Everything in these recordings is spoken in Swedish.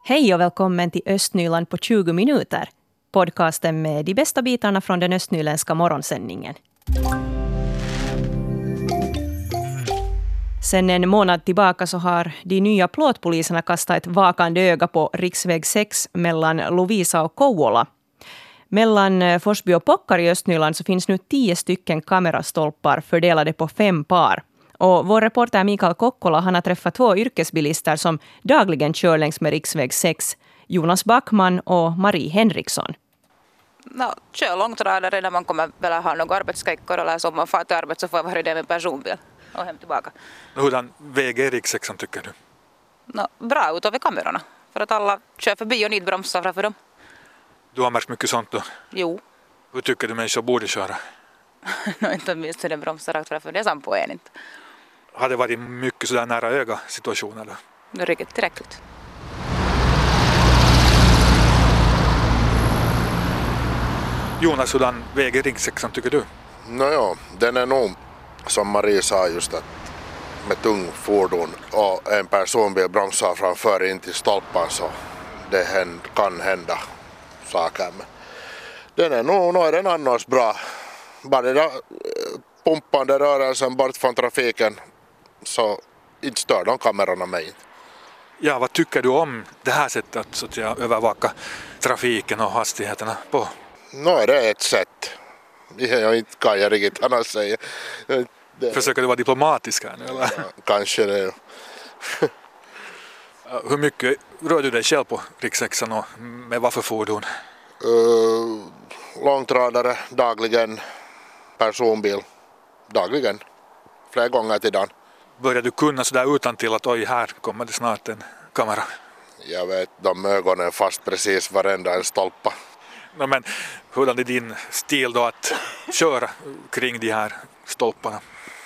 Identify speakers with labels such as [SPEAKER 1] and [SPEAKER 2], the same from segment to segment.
[SPEAKER 1] Hej och välkommen till Östnyland på 20 minuter. Podcasten med de bästa bitarna från den östnyländska morgonsändningen. Sen en månad tillbaka så har de nya plåtpoliserna kastat ett vakande öga på riksväg 6 mellan Lovisa och Kouvola. Mellan Forsby och Pockar i Östnyland så finns nu 10 stycken kamerastolpar fördelade på 5 par. Och vår reporter Mikael Kokkola han har träffat 2 yrkesbilister som dagligen kör längs med riksväg 6. Jonas Backman och Marie Henriksson.
[SPEAKER 2] Kör långtradare när man kommer väl ha några arbetssträckor eller som man far till arbete så får jag vara det med personbil och hem tillbaka.
[SPEAKER 3] Hurdan väg är riksväg tycker du?
[SPEAKER 2] Bra utav kamerorna för att alla kör förbi och nitbromsar framför dem.
[SPEAKER 3] Du har märkt mycket sånt då?
[SPEAKER 2] Jo.
[SPEAKER 3] Hur tycker du människor borde köra?
[SPEAKER 2] Inte minst den bromsar rakt framför, det är sant på en inte.
[SPEAKER 3] Har det varit mycket sådär nära öga situationer då?
[SPEAKER 2] Det är riktigt tillräckligt.
[SPEAKER 3] Jonas, hurdan väg är riksväg tycker du?
[SPEAKER 4] Den är nog som Marie sa just att med tung fordon och en personbil bromsar framför in till stolpan så det kan hända saker. Men den är nog den annars bra. Bara den där pumpande rörelsen bort från trafiken så inte stör de kamerorna mig.
[SPEAKER 3] Ja, vad tycker du om det här sättet så att jag övervaka trafiken och hastigheterna på?
[SPEAKER 4] Det är ett sätt. Jag inte kan jag riktigt annars säga.
[SPEAKER 3] Försöker du vara diplomatisk här nu eller?
[SPEAKER 4] Ja, kanske det.
[SPEAKER 3] Hur mycket rör du dig själv på riksvägen och med vad för fordon?
[SPEAKER 4] Långtradare dagligen, personbil dagligen, flera gånger till dagen.
[SPEAKER 3] Börjar du kunna sådär utan till att oj, här kommer det snart en kamera?
[SPEAKER 4] Jag vet, de ögonen fast precis varenda en stolpa.
[SPEAKER 3] Men hurdan är din stil då att köra kring de här stolparna?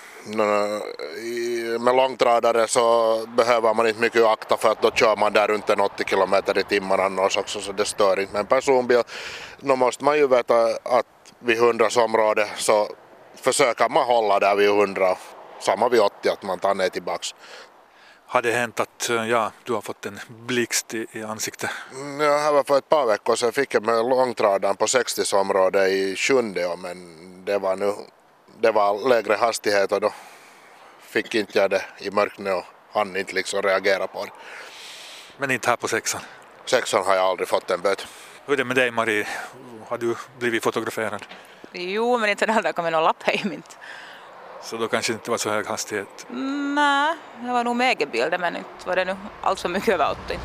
[SPEAKER 4] Med långtradare så behöver man inte mycket akta för att då kör man där runt 80 km i timmen annars också så det stör inte. Men personbil, då måste man ju veta att vid 100-område så försöker man hålla där vid 100, samma vid 80 att man tar ner tillbaks.
[SPEAKER 3] Har det hänt att du har fått en blixt i ansiktet?
[SPEAKER 4] Jag var för ett par veckor sedan fick jag med långtradaren på 60-område i Sjunde men det var lägre hastighet och då fick inte jag det i mörknet och hann inte liksom reagera på det.
[SPEAKER 3] Men inte här på 6:an?
[SPEAKER 4] 6:an har jag aldrig fått en böt.
[SPEAKER 3] Hur är det med dig Marie? Har du blivit fotograferad?
[SPEAKER 2] Jo, men inte den där kommer någon lapp hem inte.
[SPEAKER 3] Så då kanske inte var så hög hastighet?
[SPEAKER 2] Nej, det var nog med egenbilder men inte var det nu allt för mycket över 80 inte.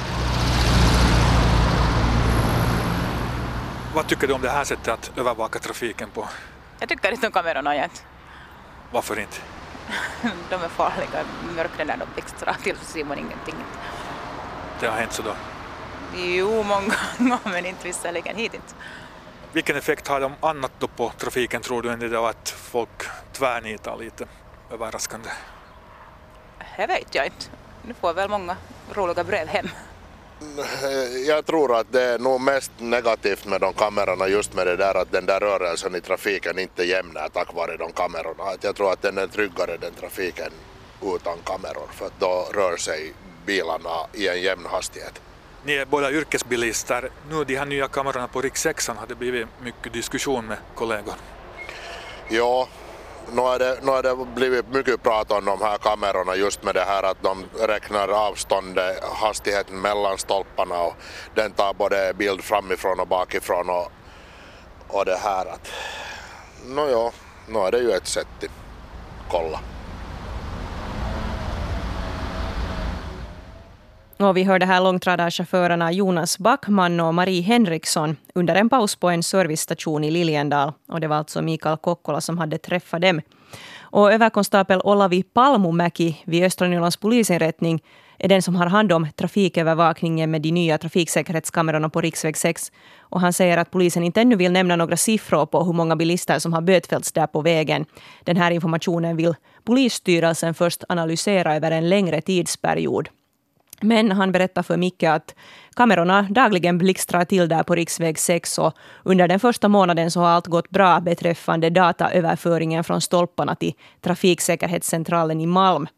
[SPEAKER 3] Vad tycker du om det här sättet att övervaka trafiken på?
[SPEAKER 2] Jag tycker inte om kamerorna igen.
[SPEAKER 3] Varför inte?
[SPEAKER 2] De är farliga. Mörkren när de blixtrar till så ser man ingenting.
[SPEAKER 3] Det har hänt så då?
[SPEAKER 2] Jo, många gånger men inte visserligen hit inte.
[SPEAKER 3] Vilken effekt har de annat då på trafiken tror du än det att folk tvärnitar lite överraskande?
[SPEAKER 4] Det
[SPEAKER 2] vet jag inte. Nu får väl många roliga brev hem.
[SPEAKER 4] Jag tror att det är nog mest negativt med de kamerorna just med det där att den där rörelsen i trafiken inte är jämn tack vare de kamerorna. Jag tror att den är tryggare den trafiken utan kameror för att då rör sig bilarna i en jämn hastighet.
[SPEAKER 3] Ni är båda yrkesbilister. Nu de här nya kamerorna på riksvägen har det blivit mycket diskussion med kollegor.
[SPEAKER 4] Ja, nu har det blivit mycket prat om de här kamerorna just med det här att de räknar avståndet, hastigheten mellan stolparna och den tar både bild framifrån och bakifrån och det här att nu är det ju ett sätt att kolla.
[SPEAKER 1] Och vi hörde här långtradarchaufförerna Jonas Backman och Marie Henriksson under en paus på en servicestation i Liljendal. Och det var alltså Mikael Kokkola som hade träffat dem. Och överkonstapel Olavi Palmumäki vid Östra Nylands polisinrättning är den som har hand om trafikövervakningen med de nya trafiksäkerhetskamerorna på riksväg 6. Och han säger att polisen inte ännu vill nämna några siffror på hur många bilister som har bötfällts där på vägen. Den här informationen vill polisstyrelsen först analysera över en längre tidsperiod. Men han berättar för Micke att kamerorna dagligen blixtrar till där på riksväg 6 och under den första månaden så har allt gått bra beträffande dataöverföringen från stolparna till trafiksäkerhetscentralen i Malm.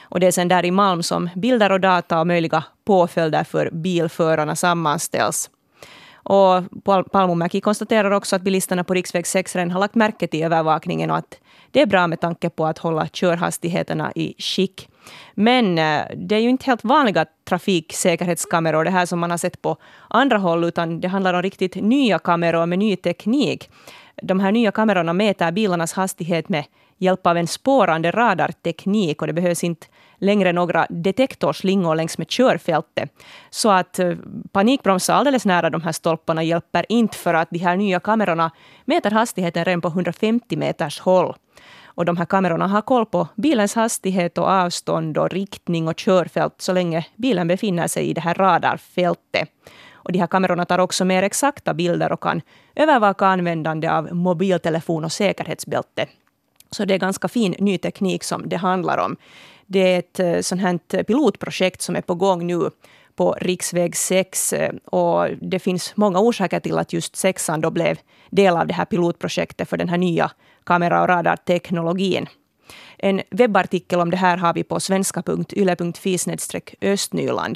[SPEAKER 1] Och det är sen där i Malm som bilder och data och möjliga påföljder för bilförarna sammanställs. Och Palmumäki konstaterar också att bilisterna på riksväg 6 redan har lagt märke till övervakningen och att det är bra med tanke på att hålla körhastigheterna i skick. Men det är ju inte helt vanliga trafiksäkerhetskameror det här som man har sett på andra håll, utan det handlar om riktigt nya kameror med ny teknik. De här nya kamerorna mäter bilarnas hastighet med hjälp av en spårande radarteknik och det behövs inte längre några detektorslingor längs med körfältet. Så att panikbromsa alldeles nära de här stolparna hjälper inte, för att de här nya kamerorna mäter hastigheten redan på 150 meters håll. Och de här kamerorna har koll på bilens hastighet och avstånd och riktning och körfält så länge bilen befinner sig i det här radarfältet. Och de här kamerorna tar också mer exakta bilder och kan övervaka användande av mobiltelefon och säkerhetsbälte. Så det är ganska fin ny teknik som det handlar om. Det är ett sånt här pilotprojekt som är på gång nu på riksväg 6 och det finns många orsaker till att just 6an då blev del av det här pilotprojektet för den här nya kamera- och radarteknologin. En webbartikel om det här har vi på svenska.yle.fi/Östnyland.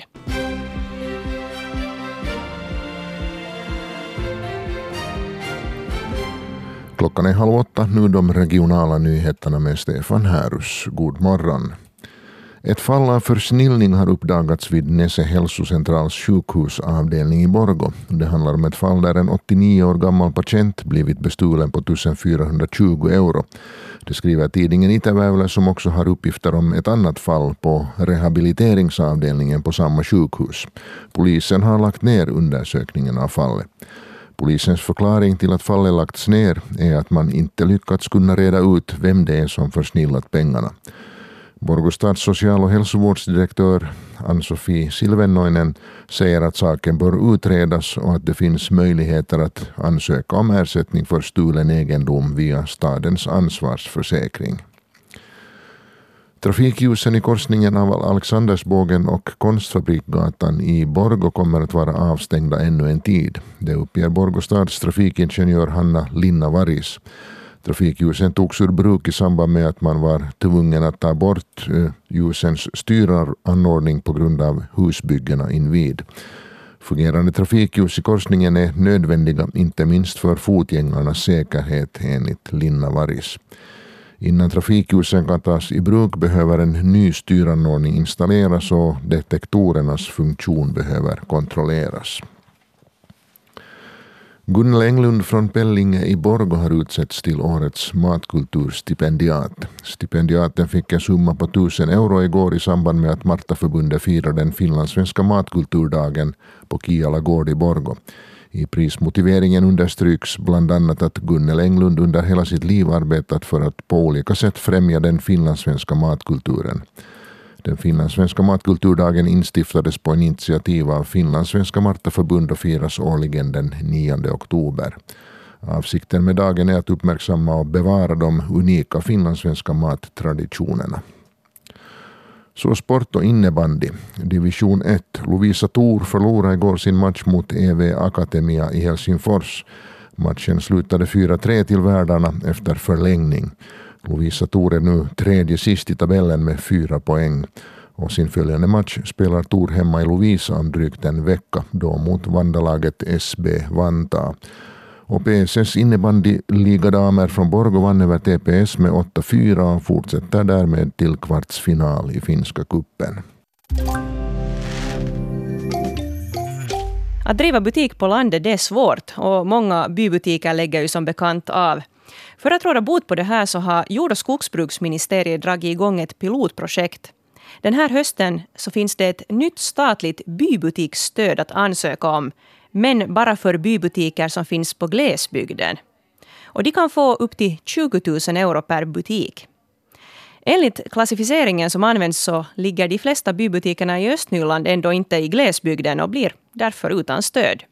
[SPEAKER 5] Klockan är 7:30, nu de regionala nyheterna med Stefan Härus. God morgon. Ett fall av försnillning har uppdagats vid Nese hälsocentrals sjukhusavdelning i Borgå. Det handlar om ett fall där en 89 år gammal patient blivit bestulen på 1420 euro. Det skriver tidningen Itäväylä, som också har uppgifter om ett annat fall på rehabiliteringsavdelningen på samma sjukhus. Polisen har lagt ner undersökningen av fallet. Polisens förklaring till att fallet lagts ner är att man inte lyckats kunna reda ut vem det är som försnillat pengarna. Borgostads social- och hälsovårdsdirektör Ann-Sofie Silvennoinen säger att saken bör utredas och att det finns möjligheter att ansöka om ersättning för stulen egendom via stadens ansvarsförsäkring. Trafikljusen i korsningen av Alexandersbågen och Konstfabrikgatan i Borgå kommer att vara avstängda ännu en tid. Det uppger Borgostads trafikingenjör Hanna Linna Varis. Trafikljusen togs ur bruk i samband med att man var tvungen att ta bort ljusens styranordning på grund av husbyggena invid. Fungerande trafikljus i korsningen är nödvändiga, inte minst för fotgängarnas säkerhet, enligt Linna Varis. Innan trafikljusen kan tas i bruk behöver en ny styranordning installeras och detektorernas funktion behöver kontrolleras. Gunnel Englund från Pellinge i Borgå har utsetts till årets matkulturstipendiat. Stipendiaten fick en summa på 1000 euro igår i samband med att Martaförbundet firade den finlandssvenska matkulturdagen på Kiala gård i Borgå. I prismotiveringen understryks bland annat att Gunnel Englund under hela sitt liv arbetat för att på olika sätt främja den finlandssvenska matkulturen. Den finlandssvenska matkulturdagen instiftades på initiativ av Finlandssvenska Martaförbund och firas årligen den 9 oktober. Avsikten med dagen är att uppmärksamma och bevara de unika finlandssvenska mattraditionerna. Så sport och innebandy. Division 1. Lovisa Thor förlorade igår sin match mot EV Akatemia i Helsingfors. Matchen slutade 4-3 till värdarna efter förlängning. Lovisa Thor är nu tredje sist i tabellen med 4 poäng. Och sin följande match spelar Thor hemma i Lovisa om drygt en vecka, då mot vandalaget SB Vantaa. Och PSS innebandyligadamer från Borgå vann över TPS med 8-4 och fortsätter därmed till kvartsfinal i finska kuppen.
[SPEAKER 1] Att driva butik på landet, det är svårt och många bybutiker lägger ju som bekant av. För att råda bot på det här så har Jord- och skogsbruksministeriet dragit igång ett pilotprojekt. Den här hösten så finns det ett nytt statligt bybutiksstöd att ansöka om, men bara för bybutiker som finns på glesbygden. Och de kan få upp till 20 000 euro per butik. Enligt klassificeringen som används så ligger de flesta bybutikerna i Östnyland ändå inte i glesbygden och blir därför utan stöd.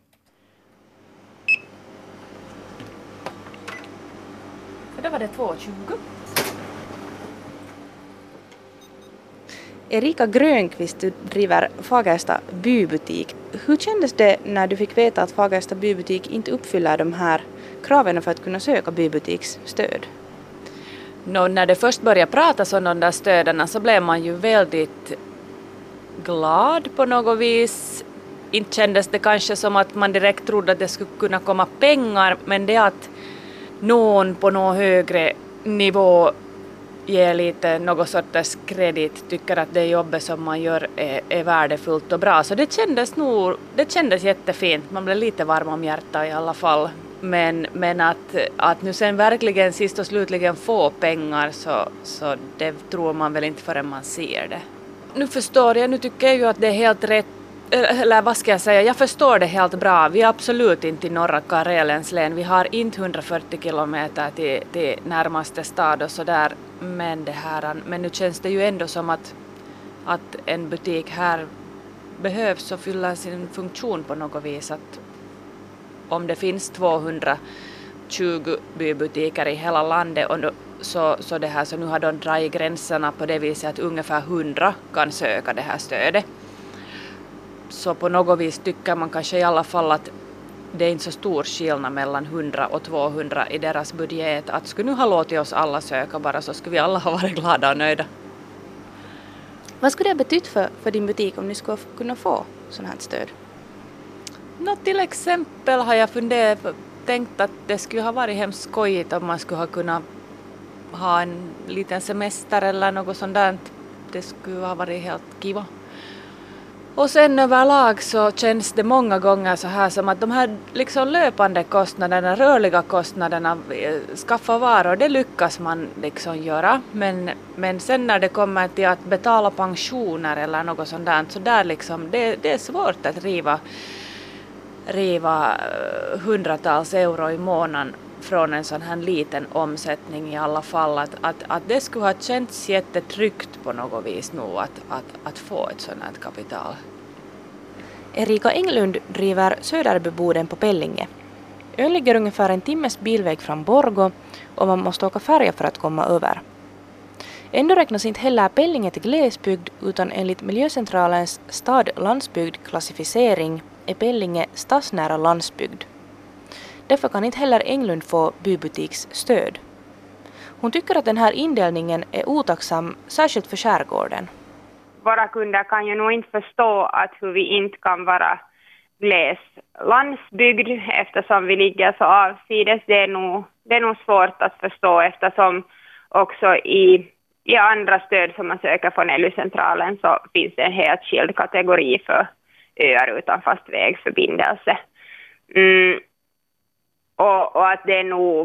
[SPEAKER 6] För då var det 2,20.
[SPEAKER 7] Erika Grönqvist, du driver Fagersta bybutik. Hur kändes det när du fick veta att Fagersta bybutik inte uppfyller de här kraven för att kunna söka bybutiksstöd?
[SPEAKER 6] När det först började pratas om de där stöderna så blev man ju väldigt glad på något vis. Inte kändes det kanske som att man direkt trodde att det skulle kunna komma pengar, men det att någon på någon högre nivå ger lite något sorts kredit, tycker att det jobbet som man gör är värdefullt och bra. Så det kändes jättefint. Man blev lite varm om hjärtat i alla fall. Men att nu sen verkligen sist och slutligen få pengar så det tror man väl inte förrän man ser det. Nu tycker jag ju att det är helt rätt, eller vad ska jag säga, jag förstår det helt bra. Vi är absolut inte i norra Karelens län. Vi har inte 140 kilometer till närmaste stad och sådär. Men nu känns det ju ändå som att en butik här behövs och fylla sin funktion på något vis. Att om det finns 220 bybutiker i hela landet och så nu har de dragit gränserna på det viset att ungefär 100 kan söka det här stödet. Så på något vis tycker man kanske i alla fall att det är inte så stor skillnad mellan 100 och 200 i deras budget. Att skulle nu ha låtit oss alla söka bara så skulle vi alla ha varit glada och nöjda.
[SPEAKER 7] Vad skulle det betyda för din butik om ni skulle kunna få sådant här stöd?
[SPEAKER 6] Till exempel har jag tänkt att det skulle ha varit hemskt skojigt om man skulle ha kunnat ha en liten semester eller något sånt där. Det skulle ha varit helt kiva. Och sen överlag så känns det många gånger så här som att de här liksom löpande kostnaderna, rörliga kostnaderna, skaffa varor, det lyckas man liksom göra. Men sen när det kommer till att betala pensioner eller något sånt där, så där liksom, det är svårt att riva hundratals euro i månaden från en sån här liten omsättning i alla fall. Att det skulle ha känts jättetryggt på något vis nu att få ett sådant här kapital.
[SPEAKER 7] Erika Englund driver Söderbyboden på Pellinge. Ön ligger ungefär en timmes bilväg från Borgå och man måste åka färja för att komma över. Ändå räknas inte heller Pellinge till glesbygd, utan enligt Miljöcentralens stad-landsbygd-klassificering är Pellinge stadsnära landsbygd. Därför kan inte heller Englund få bybutiksstöd. Hon tycker att den här indelningen är otacksam, särskilt för skärgården.
[SPEAKER 8] Våra kunder kan ju nog inte förstå att hur vi inte kan vara gles landsbygd eftersom vi ligger så avsides. Det är nog svårt att förstå eftersom också i andra stöd som man söker från LU-centralen så finns det en helt skild kategori för öar utan fast vägförbindelse. Och att det nog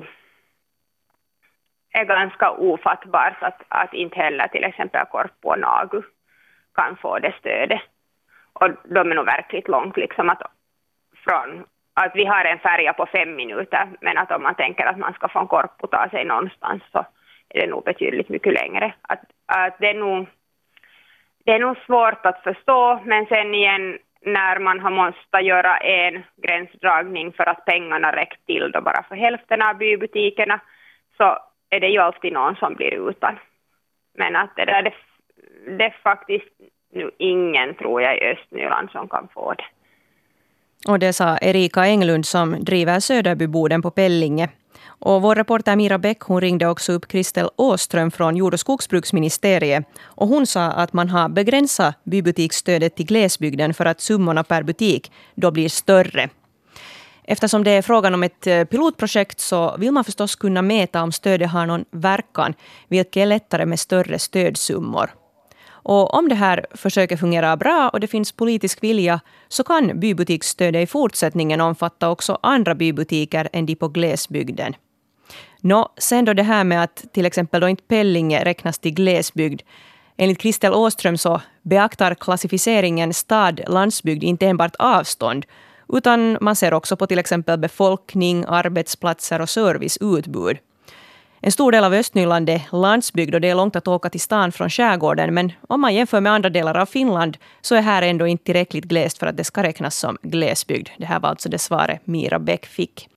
[SPEAKER 8] är ganska ofattbart att inte heller till exempel Korpo och Nagu kan få det stödet. Och de är nog verkligt långt liksom att vi har en färja på 5 minuter, men att om man tänker att man ska från Korpo ta sig någonstans så är det nog betydligt mycket längre. Att det är nog svårt att förstå, men sen igen när man har måste göra en gränsdragning för att pengarna räcker till då bara för hälften av bybutikerna så är det ju alltid någon som blir utan. Men att det är faktiskt nu ingen, tror jag, i Östnyland som kan få det.
[SPEAKER 1] Och det sa Erika Englund som driver Söderbyboden på Pellinge. Och vår reporter Mira Bäck, hon ringde också upp Kristel Åström från Jord- och skogsbruksministeriet. Och hon sa att man har begränsat bybutiksstödet till glesbygden för att summorna per butik då blir större. Eftersom det är frågan om ett pilotprojekt så vill man förstås kunna mäta om stödet har någon verkan, vilket är lättare med större stödsummor. Och om det här försöker fungera bra och det finns politisk vilja så kan bybutiksstödet i fortsättningen omfatta också andra bybutiker än de på glesbygden. Sen då det här med att till exempel då inte Pellinge räknas till glesbygd. Enligt Kristel Åström så beaktar klassificeringen stad-landsbygd inte enbart avstånd utan man ser också på till exempel befolkning, arbetsplatser och serviceutbud. En stor del av Östnyland är landsbygd och det är långt att åka till stan från skärgården, men om man jämför med andra delar av Finland så är här ändå inte tillräckligt glest för att det ska räknas som glesbygd. Det här var alltså det svaret Mira Bäck fick.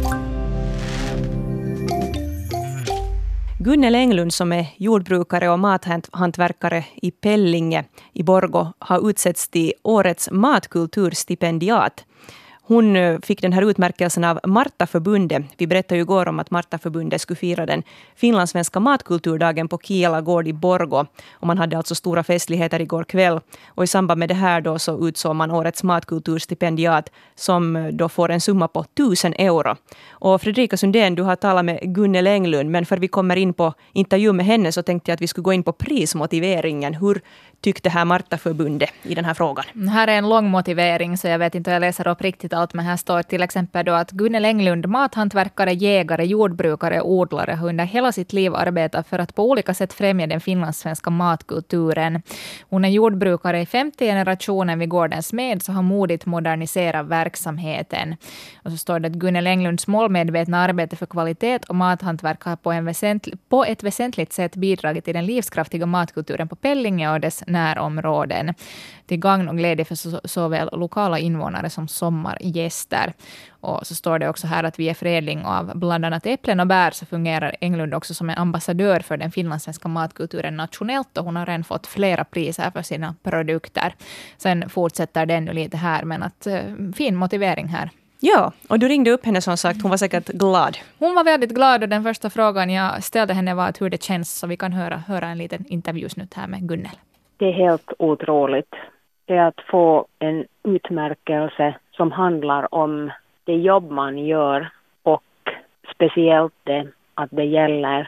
[SPEAKER 1] Gunnel Englund som är jordbrukare och mathantverkare i Pellinge i Borgå har utsetts till årets matkulturstipendiat. Hon fick den här utmärkelsen av Martaförbundet. Vi berättade ju igår om att Martaförbundet skulle fira den finlandssvenska matkulturdagen på Kiela gård i Borgå. Och man hade alltså stora festligheter igår kväll. Och i samband med det här då så utsåg man årets matkulturstipendiat som då får en summa på 1000 euro. Och Fredrika Sundén, du har talat med Gunnel Englund, men för vi kommer in på intervju med henne så tänkte jag att vi skulle gå in på prismotiveringen. Hur tyckte här Martaförbundet i den här frågan?
[SPEAKER 9] Här är en lång motivering så jag vet inte om jag läser upp riktigt allt, men här står till exempel då att Gunnel Englund, mathantverkare, jägare, jordbrukare och odlare har under hela sitt liv arbetat för att på olika sätt främja den finlandssvenska matkulturen. Hon är jordbrukare i 50 generationen vid gårdens med så har modigt moderniserat verksamheten. Och så står det att Gunnel Englunds målmedvetna arbete för kvalitet och mathantverk har på ett väsentligt sätt bidragit till den livskraftiga matkulturen på Pellinge och dess närområden. Till gagn och glädje för såväl lokala invånare som sommargäster. Och så står det också här att vid förädling av bland annat äpplen och bär så fungerar Englund också som en ambassadör för den finlandssvenska matkulturen nationellt och hon har redan fått flera priser för sina produkter. Sen fortsätter den nu lite här, men att fin motivering här.
[SPEAKER 1] Ja, och du ringde upp henne som sagt, hon var säkert glad.
[SPEAKER 9] Hon var väldigt glad och den första frågan jag ställde henne var att hur det känns, så vi kan höra en liten intervjusnutt här med Gunnel.
[SPEAKER 10] Det är helt otroligt. Det är att få en utmärkelse som handlar om det jobb man gör och speciellt det att det gäller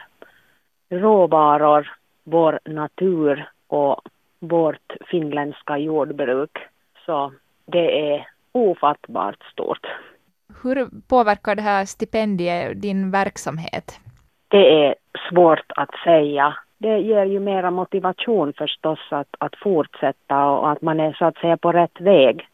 [SPEAKER 10] råvaror, vår natur och vårt finländska jordbruk. Så det är ofattbart stort.
[SPEAKER 9] Hur påverkar det här stipendiet din verksamhet?
[SPEAKER 10] Det är svårt att säga. Det ger ju mera motivation förstås att fortsätta och att man är så att säga på rätt väg.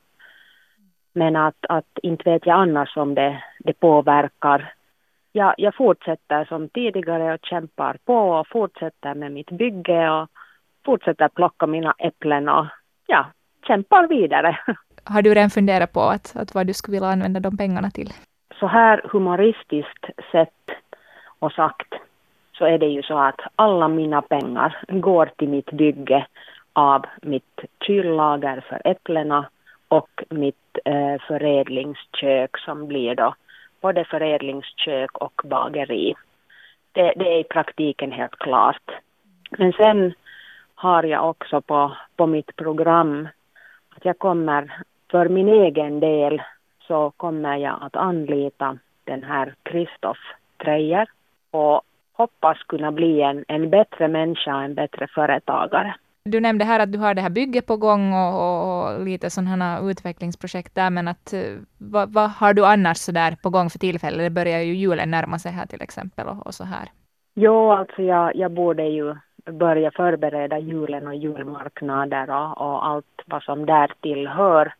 [SPEAKER 10] Men att inte vet jag annars om det påverkar. Jag fortsätter som tidigare och kämpar på och fortsätter med mitt bygge och fortsätter plocka mina äpplen och kämpar vidare.
[SPEAKER 9] Har du redan funderat på att vad du skulle vilja använda de pengarna till?
[SPEAKER 10] Så här humoristiskt sett och sagt så är det ju så att alla mina pengar går till mitt bygge av mitt kyllager för äpplena och mitt förädlingskök som blir då både förädlingskök och bageri. Det är i praktiken helt klart. Men sen har jag också på mitt program att jag kommer för min egen del så kommer jag att anlita den här Christoph Treijer och hoppas kunna bli en bättre människa, en bättre företagare.
[SPEAKER 9] Du nämnde här att du har det här bygget på gång och lite sådana utvecklingsprojekt där, men att vad har du annars så där på gång för tillfället? Det börjar ju julen närma sig här till exempel och så här.
[SPEAKER 10] Jo, alltså jag borde ju börja förbereda julen och julmarknader och allt vad som där tillhör.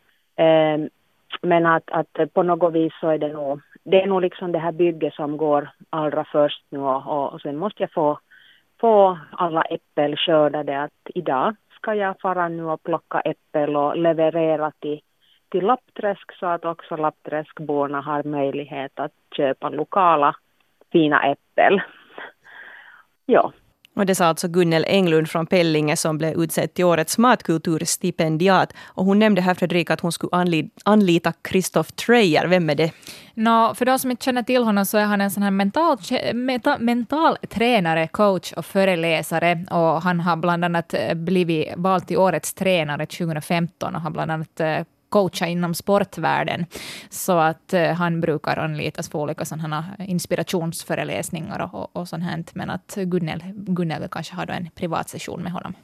[SPEAKER 10] Men att på något vis så är det nog liksom det här bygget som går allra först nu och sen måste jag få alla äppel skördade. Att idag ska jag fara nu och plocka äppel och leverera till Lappträsk så att också Lappträskborna har möjlighet att köpa lokala fina äppel. Ja.
[SPEAKER 1] Och det sa alltså Gunnel Englund från Pellinge som blev utsedd till årets matkulturstipendiat. Och hon nämnde här, Fredrika, att hon skulle anlita Christoph Treijer. Vem är det?
[SPEAKER 9] För de som inte känner till honom så är han en sån här mental tränare, coach och föreläsare. Och han har bland annat blivit vald till årets tränare 2015 och har bland annat coacha inom sportvärlden. Så att han brukar anlitas för olika sådana inspirationsföreläsningar och sånt här. Men att Gunnel kanske har en privat session med honom.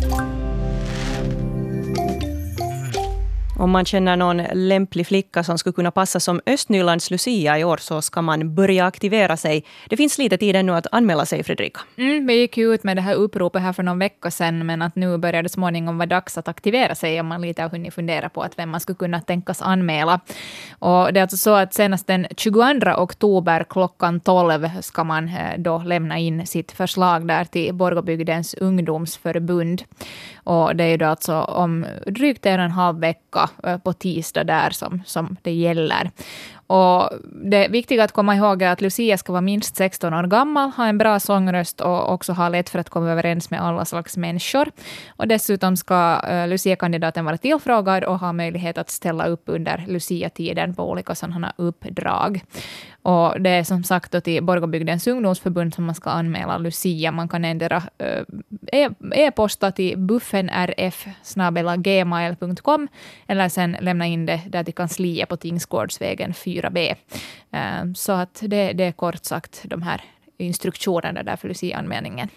[SPEAKER 1] Om man känner någon lämplig flicka som skulle kunna passa som Östnylands Lucia i år så ska man börja aktivera sig. Det finns lite tid ännu att anmäla sig, Fredrika.
[SPEAKER 9] Vi gick ju ut med det här uppropet här för någon vecka sedan, men att nu börjar det småningom vara dags att aktivera sig om man lite har hunnit fundera på att vem man skulle kunna tänkas anmäla. Och det är alltså så att senast den 22 oktober klockan 12 ska man då lämna in sitt förslag där till Borgåbygdens ungdomsförbund. Och det är ju då alltså om drygt 1,5 vecka på tisdag där som det gäller. Och det viktiga att komma ihåg är att Lucia ska vara minst 16 år gammal, ha en bra sångröst och också ha lätt för att komma överens med alla slags människor. Och dessutom ska Lucia-kandidaten vara tillfrågad och ha möjlighet att ställa upp under Lucia-tiden på olika sådana uppdrag. Och det är som sagt då till Borgåbygdens ungdomsförbund som man ska anmäla Lucia. Man kan ändra e-posta till buffenrf@gmail.com eller sen lämna in det där till kansliet på Tingsgårdsvägen 4B. Så att det är kort sagt de här instruktionerna där för Lucia-anmälningen.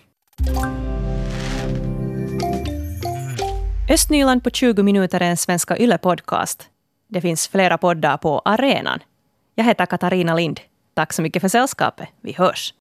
[SPEAKER 1] Östnyland på 20 minuter är en Svenska Yle-podcast. Det finns flera poddar på arenan. Jag heter Katarina Lind. Tack så mycket för sällskapet. Vi hörs.